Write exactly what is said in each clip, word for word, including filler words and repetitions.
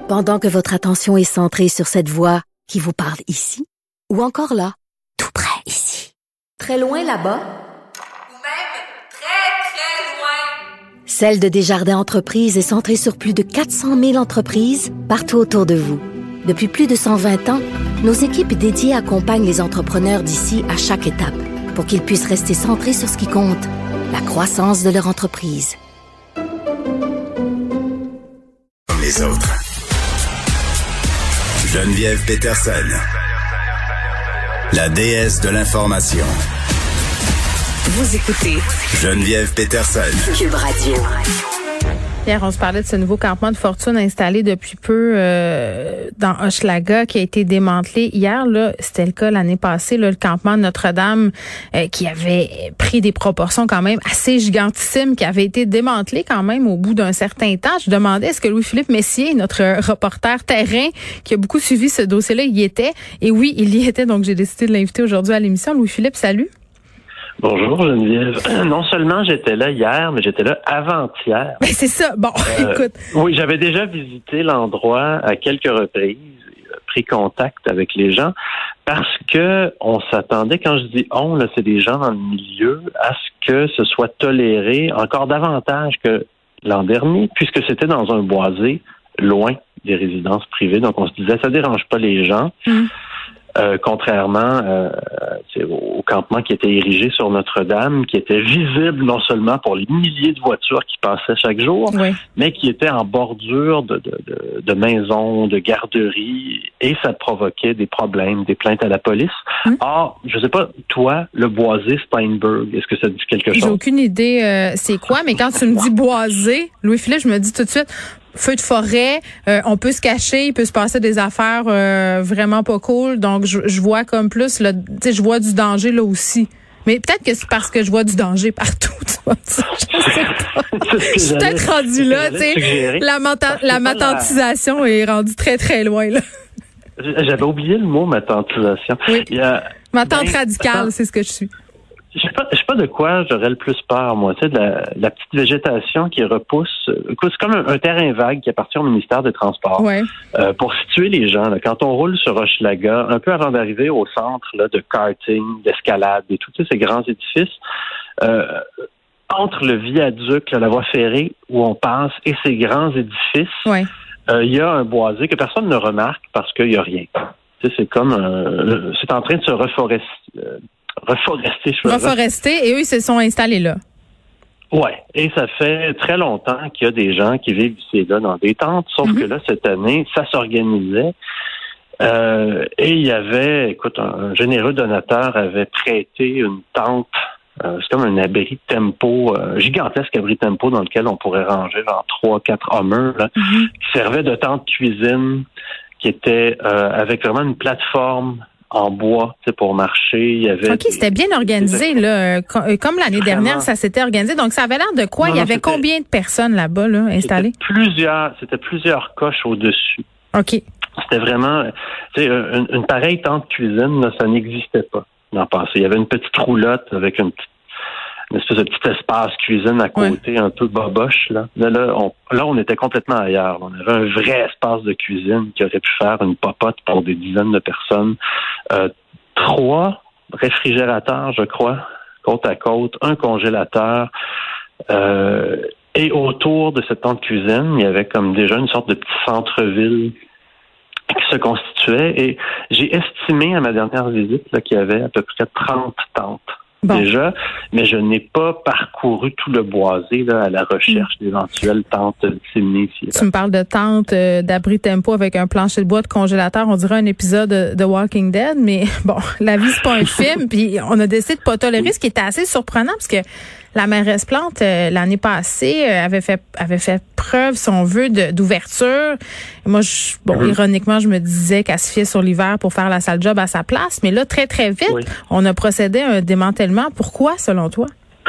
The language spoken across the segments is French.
Pendant que votre attention est centrée sur cette voix qui vous parle ici, ou encore là, tout près ici, très loin là-bas, ou même très, très loin, Celle de Desjardins Entreprises est centrée sur plus de quatre cent mille entreprises partout autour de vous. Depuis plus de cent vingt ans, nos équipes dédiées accompagnent les entrepreneurs d'ici à chaque étape pour qu'ils puissent rester centrés sur ce qui compte, la croissance de leur entreprise. Comme les autres. Geneviève Peterson, la déesse de l'information. Vous écoutez Geneviève Peterson, Cube Radio. Hier, on se parlait de ce nouveau campement de fortune installé depuis peu euh, dans Hochelaga qui a été démantelé. Hier, là, c'était le cas l'année passée, là, le campement de Notre-Dame euh, qui avait pris des proportions quand même assez gigantissimes, qui avait été démantelé quand même au bout d'un certain temps. Je demandais est-ce que Louis-Philippe Messier, notre reporter terrain, qui a beaucoup suivi ce dossier-là, y était. Et oui, il y était, donc j'ai décidé de l'inviter aujourd'hui à l'émission. Louis-Philippe, salut. Bonjour Geneviève. Non seulement j'étais là hier, mais j'étais là avant-hier. Ben c'est ça. Bon, euh, écoute. Oui, j'avais déjà visité l'endroit à quelques reprises, pris contact avec les gens, parce que on s'attendait, quand je dis on, là, c'est des gens dans le milieu, à ce que ce soit toléré encore davantage que l'an dernier, puisque c'était dans un boisé loin des résidences privées. Donc on se disait, ça dérange pas les gens. Mmh. Euh, contrairement euh, au campement qui était érigé sur Notre-Dame, qui était visible non seulement pour les milliers de voitures qui passaient chaque jour, oui. mais qui était en bordure de, de, de, de maisons, de garderies, et ça provoquait des problèmes, des plaintes à la police. Hum. Or, je sais pas, toi, le boisé Steinberg, est-ce que ça dit quelque chose? J'ai aucune idée euh, c'est quoi, mais quand tu me dis boisé, Louis-Philippe, je me dis tout de suite... Feu de forêt, euh, on peut se cacher, il peut se passer des affaires euh, vraiment pas cool. Donc, je, je vois comme plus, tu sais, je vois du danger là aussi. Mais peut-être que c'est parce que je vois du danger partout, tu vois. Je sais pas. Je suis peut-être rendue là, tu sais. La, manta- la matantisation la... est rendue très, très loin, là. J'avais oublié le mot matantisation. Oui. Il y a... Ma tante ben, radicale, attends. c'est ce que je suis. Je sais pas, je sais pas de quoi j'aurais le plus peur, moi. Tu sais, de la, la petite végétation qui repousse. Écoute, c'est comme un, un terrain vague qui appartient au ministère des Transports. Ouais. Euh, pour situer les gens, là, quand on roule sur Hochelaga, un peu avant d'arriver au centre là, de karting, d'escalade et tout, tu sais, ces grands édifices, euh, entre le viaduc, là, la voie ferrée où on passe, et ces grands édifices, il ouais. euh, y a un boisé que personne ne remarque parce qu'il y a rien. Tu sais, c'est comme, euh, c'est en train de se reforester. Euh, Reforester, je Reforester, et eux, ils se sont installés là. Ouais, et ça fait très longtemps qu'il y a des gens qui vivent ici et là dans des tentes, sauf mm-hmm. que là, cette année, ça s'organisait. Euh, et il y avait, écoute, un généreux donateur avait prêté une tente, euh, c'est comme un abri tempo, euh, gigantesque abri tempo dans lequel on pourrait ranger genre trois, quatre Hummers, là, mm-hmm. qui servait de tente cuisine, qui était euh, avec vraiment une plateforme en bois, tu sais, pour marcher. Il y avait OK, c'était bien organisé, là. Comme l'année Vraiment. dernière, ça s'était organisé. Donc, ça avait l'air de quoi? Non, il y avait combien de personnes là-bas, là, installées? C'était plusieurs, c'était plusieurs coches au-dessus. OK. C'était vraiment, tu sais, une, une pareille tente cuisine, là, ça n'existait pas dans le passé. Il y avait une petite roulotte avec une petite, une espèce de petit espace cuisine à côté, ouais. un peu boboche, là. Là, là, on, là, on était complètement ailleurs. On avait un vrai espace de cuisine qui aurait pu faire une popote pour des dizaines de personnes. Euh, trois réfrigérateurs, je crois, côte à côte, un congélateur. Euh, et autour de cette tente cuisine, il y avait comme déjà une sorte de petit centre-ville qui se constituait. Et j'ai estimé à ma dernière visite là, qu'il y avait à peu près trente tentes. Bon. Déjà, mais je n'ai pas parcouru tout le boisé là, à la recherche mmh. d'éventuelles tentes disséminées ici. Tu me parles de tentes, euh, d'abri tempo avec un plancher de bois, de congélateur. On dirait un épisode de, de Walking Dead, mais bon, la vie, c'est pas un film. Puis on a décidé de pas tolérer, ce qui était assez surprenant, parce que la mairesse Plante, euh, l'année passée, euh, avait fait avait fait preuve, si on veut, de, d'ouverture. Et moi, je, bon, mmh. ironiquement, je me disais qu'elle se fiait sur l'hiver pour faire la sale job à sa place. Mais là, très, très vite, oui. on a procédé à un démantèlement. Pourquoi, selon toi?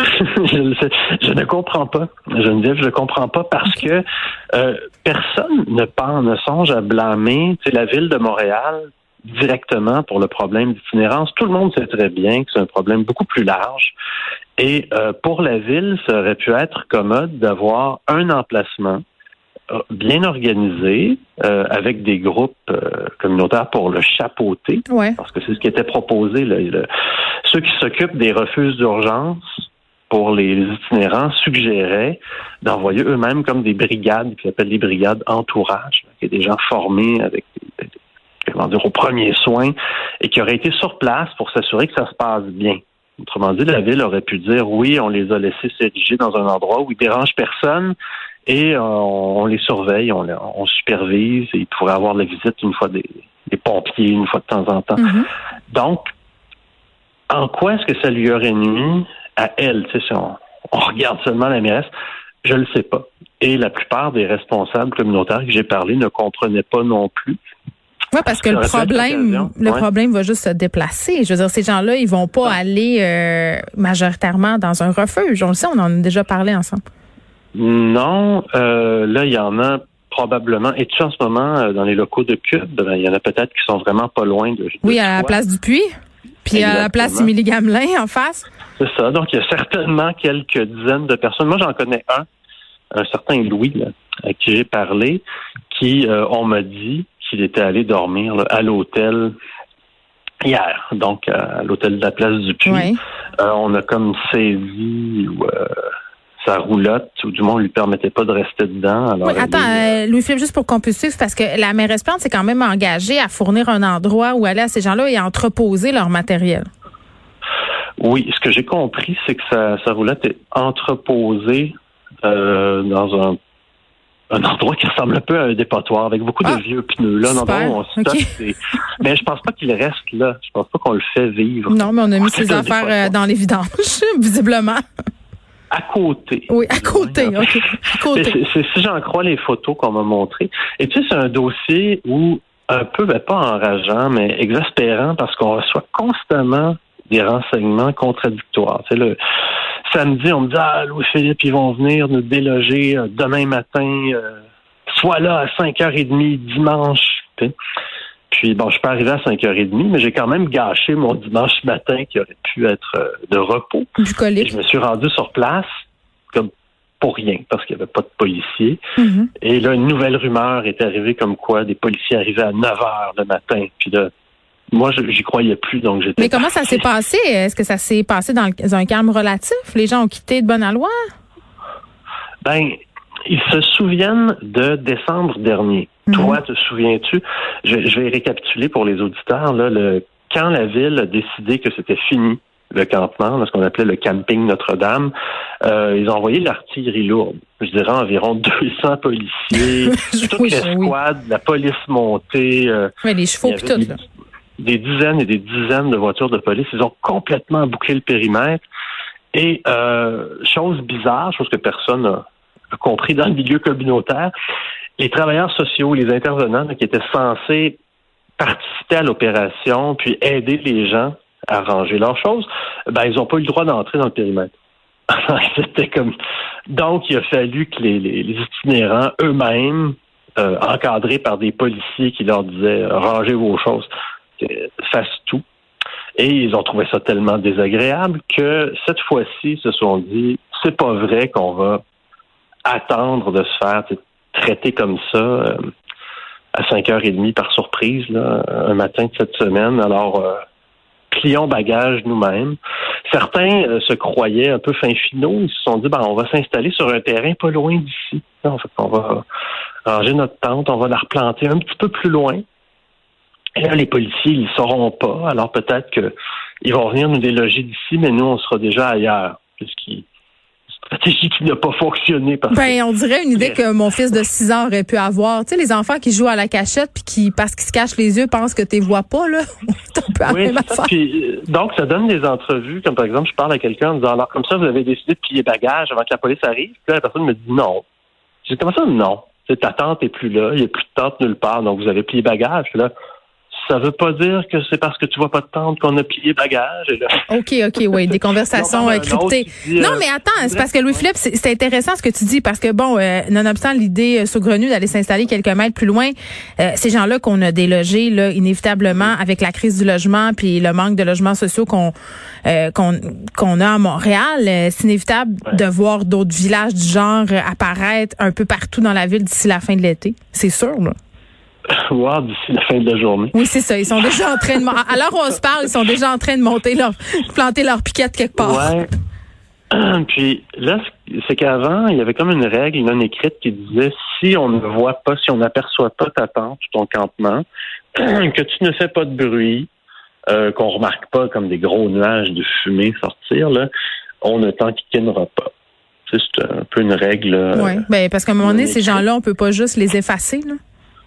je, je ne comprends pas. Geneviève, je ne comprends pas parce okay. que euh, personne ne pense, ne songe à blâmer la ville de Montréal directement pour le problème d'itinérance. Tout le monde sait très bien que c'est un problème beaucoup plus large. Et euh, pour la ville, ça aurait pu être commode d'avoir un emplacement bien organisé, euh, avec des groupes euh, communautaires pour le chapeauter, ouais. parce que c'est ce qui était proposé. Là, le, ceux qui s'occupent des refuges d'urgence pour les itinérants suggéraient d'envoyer eux-mêmes comme des brigades, qui s'appellent des brigades entourage, qui est des gens formés avec des, des, comment dire, aux premiers soins, et qui auraient été sur place pour s'assurer que ça se passe bien. Autrement dit, la ville aurait pu dire, oui, on les a laissés s'ériger dans un endroit où ils dérangent personne, et euh, on les surveille, on, on supervise, et ils pourraient avoir la visite une fois des, des pompiers, une fois de temps en temps. Mm-hmm. Donc, en quoi est-ce que ça lui aurait nuit à elle? Tu sais, si on, on regarde seulement la mairesse, je ne le sais pas. Et la plupart des responsables communautaires que j'ai parlé ne comprenaient pas non plus. Oui, parce que le problème, le ouais. problème va juste se déplacer. Je veux dire, ces gens-là, ils vont pas ouais. aller euh, majoritairement dans un refuge. On le sait, on en a déjà parlé ensemble. Non, euh, là, il y en a probablement. Et tu sais, en ce moment, euh, dans les locaux de Cube, ben, il y en a peut-être qui sont vraiment pas loin de. de oui, à la place du Puy, puis Exactement. à la place Émilie Gamelin en face. C'est ça. Donc, il y a certainement quelques dizaines de personnes. Moi, j'en connais un, un certain Louis, là, à qui j'ai parlé, qui, euh, on m'a dit qu'il était allé dormir là, à l'hôtel hier, donc à l'hôtel de la place du Puy. Oui. Euh, on a comme saisi ou euh, sa roulotte, ou du moins on lui permettait pas de rester dedans. Alors, oui, attends, est, euh, Louis-Philippe, juste pour qu'on puisse suivre, parce que la mairesse Plante s'est quand même engagée à fournir un endroit où aller à ces gens-là et à entreposer leur matériel. Oui, ce que j'ai compris, c'est que sa, sa roulotte est entreposée euh, dans un un endroit qui ressemble un peu à un dépotoir avec beaucoup ah, de vieux pneus. Là, non, non, on stocke okay. des... Mais je pense pas qu'il reste là. Je pense pas qu'on le fait vivre. Non, mais on a mis ses affaires euh, dans les vidanges, visiblement. À côté. Oui, à côté, ouais. OK. À côté. C'est, c'est, si j'en crois les photos qu'on m'a montrées. Et tu sais, c'est un dossier où un peu, ben, pas enrageant, mais exaspérant parce qu'on reçoit constamment des renseignements contradictoires. Tu sais, le samedi, on me dit « Ah, Louis-Philippe, ils vont venir nous déloger euh, demain matin, euh, soit là à cinq heures trente dimanche. » Puis, bon, je suis pas arrivé à cinq heures trente, mais j'ai quand même gâché mon dimanche matin qui aurait pu être euh, de repos. Du colique. Et je me suis rendu sur place comme pour rien, parce qu'il n'y avait pas de policiers. Mm-hmm. Et là, une nouvelle rumeur est arrivée comme quoi des policiers arrivaient à neuf heures le matin. Puis là, moi, j'y croyais plus, donc j'étais... Mais comment parti. Ça s'est passé? Est-ce que ça s'est passé dans un calme relatif? Les gens ont quitté de bonne aloi? Ben, ils se souviennent de décembre dernier. Mm-hmm. Toi, te souviens-tu? Je, je vais récapituler pour les auditeurs. Là, le, quand la ville a décidé que c'était fini, le campement, là, ce qu'on appelait le camping Notre-Dame, euh, ils ont envoyé l'artillerie lourde. Je dirais environ deux cents policiers, toute oui, l'escouade, oui. la police montée. Euh, oui, les chevaux et tout, là. Des dizaines et des dizaines de voitures de police. Ils ont complètement bouclé le périmètre. Et euh, chose bizarre, chose que personne n'a compris dans le milieu communautaire, les travailleurs sociaux, les intervenants là, qui étaient censés participer à l'opération puis aider les gens à ranger leurs choses, ben ils n'ont pas eu le droit d'entrer dans le périmètre. C'était comme donc il a fallu que les, les, les itinérants eux-mêmes, euh, encadrés par des policiers qui leur disaient rangez vos choses, fassent tout. Et ils ont trouvé ça tellement désagréable que cette fois-ci, ils se sont dit c'est pas vrai qu'on va attendre de se faire traiter comme ça euh, à cinq heures trente par surprise là, un matin de cette semaine. Alors euh, plions bagages nous-mêmes. Certains euh, se croyaient un peu fin finaux. Ils se sont dit ben on va s'installer sur un terrain pas loin d'ici. En fait, on va ranger notre tente, on va la replanter un petit peu plus loin. Et là, les policiers, ils ne sauront pas. Alors peut-être qu'ils vont venir nous déloger d'ici, mais nous, on sera déjà ailleurs. Puisqu'il stratégie qui n'a pas fonctionné. Parce ben, on dirait une idée que mon fils de six ans aurait pu avoir. Tu sais, les enfants qui jouent à la cachette puis qui, parce qu'ils se cachent les yeux, pensent que tu les vois pas, là. C'est un peu la même affaire. Puis, donc, ça donne des entrevues, comme par exemple, je parle à quelqu'un en disant, alors, comme ça, vous avez décidé de plier bagages avant que la police arrive. Puis là, la personne me dit non. J'ai dit, comment ça, non? T'sais, ta tante est plus là, il n'y a plus de tante nulle part, donc vous avez plié bagages. Puis là, ça veut pas dire que c'est parce que tu vois pas de tente qu'on a plié bagage. Et là... OK, OK, oui, des conversations non, cryptées. Dis, non, mais attends, c'est parce que Louis-Philippe, c'est, c'est intéressant ce que tu dis, parce que, bon, euh, nonobstant l'idée euh, saugrenue d'aller s'installer quelques mètres plus loin, euh, ces gens-là qu'on a délogés, là, inévitablement, avec la crise du logement puis le manque de logements sociaux qu'on euh, qu'on, qu'on a à Montréal, euh, c'est inévitable ouais. de voir d'autres villages du genre euh, apparaître un peu partout dans la ville d'ici la fin de l'été. C'est sûr, là. Wow, d'ici la fin de la journée. Oui, c'est ça. Ils sont déjà en train de... À l'heure où on se parle, ils sont déjà en train de monter leur... planter leur piquette quelque part. Ouais. Puis là, c'est qu'avant, il y avait comme une règle non écrite qui disait si on ne voit pas, si on n'aperçoit pas ta tente ou ton campement, que tu ne fais pas de bruit, euh, qu'on remarque pas comme des gros nuages de fumée sortir, là, on ne t'enquiquinera pas. C'est un peu une règle. Oui, euh, ben, parce qu'à un moment donné, ces gens-là, on peut pas juste les effacer, là.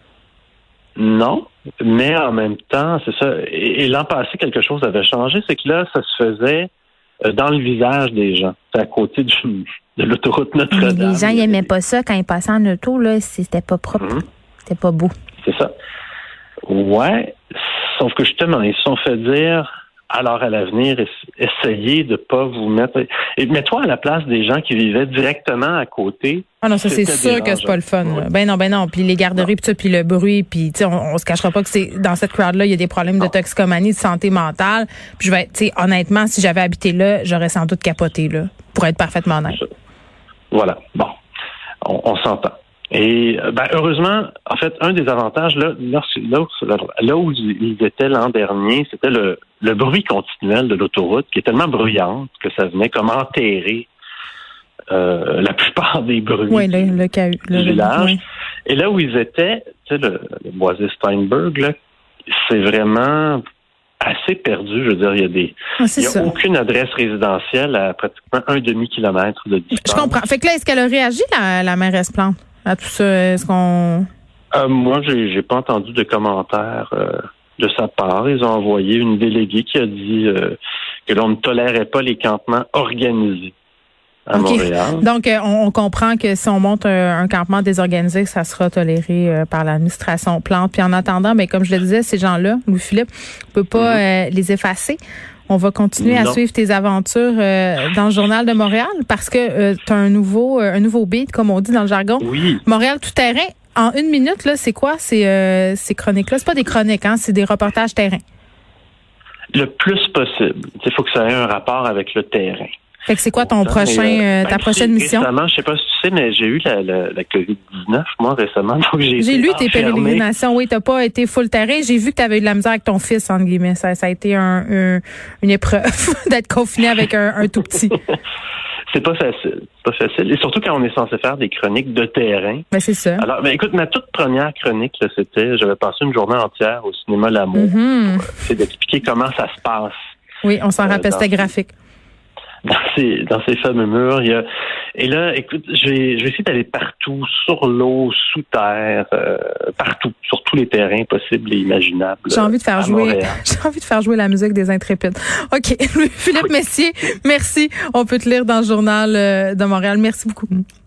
Non, mais en même temps, c'est ça. Et, et l'an passé, quelque chose avait changé, c'est que là, ça se faisait euh, dans le visage des gens. C'est à côté du, de l'autoroute Notre-Dame. Les gens, ils n'aimaient pas ça quand ils passaient en auto, là. C'était pas propre. Mm-hmm. C'était pas beau. C'est ça. Ouais. Sauf que justement, ils se sont fait dire, alors à l'avenir, essayez de pas vous mettre... Et mets-toi à la place des gens qui vivaient directement à côté. Ah non, ça c'est sûr que c'est pas le fun. Ouais. Ben non, ben non. Puis les garderies, puis ça, puis le bruit, puis tu sais, on, on se cachera pas que c'est dans cette crowd-là, il y a des problèmes de toxicomanie, de santé mentale. Puis je vais, tu sais, honnêtement, si j'avais habité là, j'aurais sans doute capoté là, pour être parfaitement honnête. Voilà. Bon, on, on s'entend. Et ben heureusement, en fait, un des avantages là, là, là, là où ils étaient l'an dernier, c'était le, le bruit continuel de l'autoroute qui est tellement bruyante que ça venait comme enterrer euh, la plupart des bruits oui, le, le, ca- du le, village. Oui. Et là où ils étaient, tu sais, le, le boisé Steinberg, là, c'est vraiment assez perdu. Je veux dire, il y a des, ah, il y a ça. aucune adresse résidentielle à pratiquement un demi-kilomètre de distance. Je comprends. Fait que là, est-ce qu'elle a réagi, la, la mairesse Plante, à tout ça? Est-ce qu'on... Euh, moi, j'ai, j'ai pas entendu de commentaires euh, de sa part. Ils ont envoyé une déléguée qui a dit euh, que l'on ne tolérait pas les campements organisés à okay. Montréal. Donc, euh, on, on comprend que si on monte un, un campement désorganisé, ça sera toléré euh, par l'administration Plante. Puis en attendant, ben, comme je le disais, ces gens-là, Louis-Philippe, on peut pas mm-hmm. euh, les effacer. On va continuer non. à suivre tes aventures euh, dans le Journal de Montréal parce que euh, tu as un nouveau euh, un nouveau beat, comme on dit dans le jargon. Oui. Montréal tout terrain. En une minute, là, c'est quoi ces, euh, ces chroniques-là? C'est pas des chroniques, hein? C'est des reportages terrain. Le plus possible. Il faut que ça ait un rapport avec le terrain. Fait que c'est quoi ton prochain, euh, ta ben, prochaine mission? Récemment, je sais pas si tu sais, mais j'ai eu la, la, la covid dix-neuf, moi, récemment. Donc j'ai j'ai été lu enfermé. Tes pérégrinations. Oui, t'as pas été full terrain. J'ai vu que t'avais eu de la misère avec ton fils, entre guillemets. Ça, ça a été un, un, une épreuve d'être confiné avec un, un tout petit. C'est pas facile. Pas facile. Et surtout quand on est censé faire des chroniques de terrain. Ben, c'est ça. Alors, ben, écoute, ma toute première chronique, là, c'était, j'avais passé une journée entière au cinéma L'Amour. Mm-hmm. C'est d'expliquer comment ça se passe. Oui, on s'en euh, rappelle, c'était graphique. Dans ces, dans ces fameux murs, il y a... Et là, écoute, je vais, je vais essayer d'aller partout, sur l'eau, sous terre, euh, partout, sur tous les terrains possibles et imaginables. J'ai envie de faire jouer, j'ai envie de faire jouer la musique des Intrépides. OK. Philippe oui. Messier, merci. On peut te lire dans le Journal de Montréal. Merci beaucoup.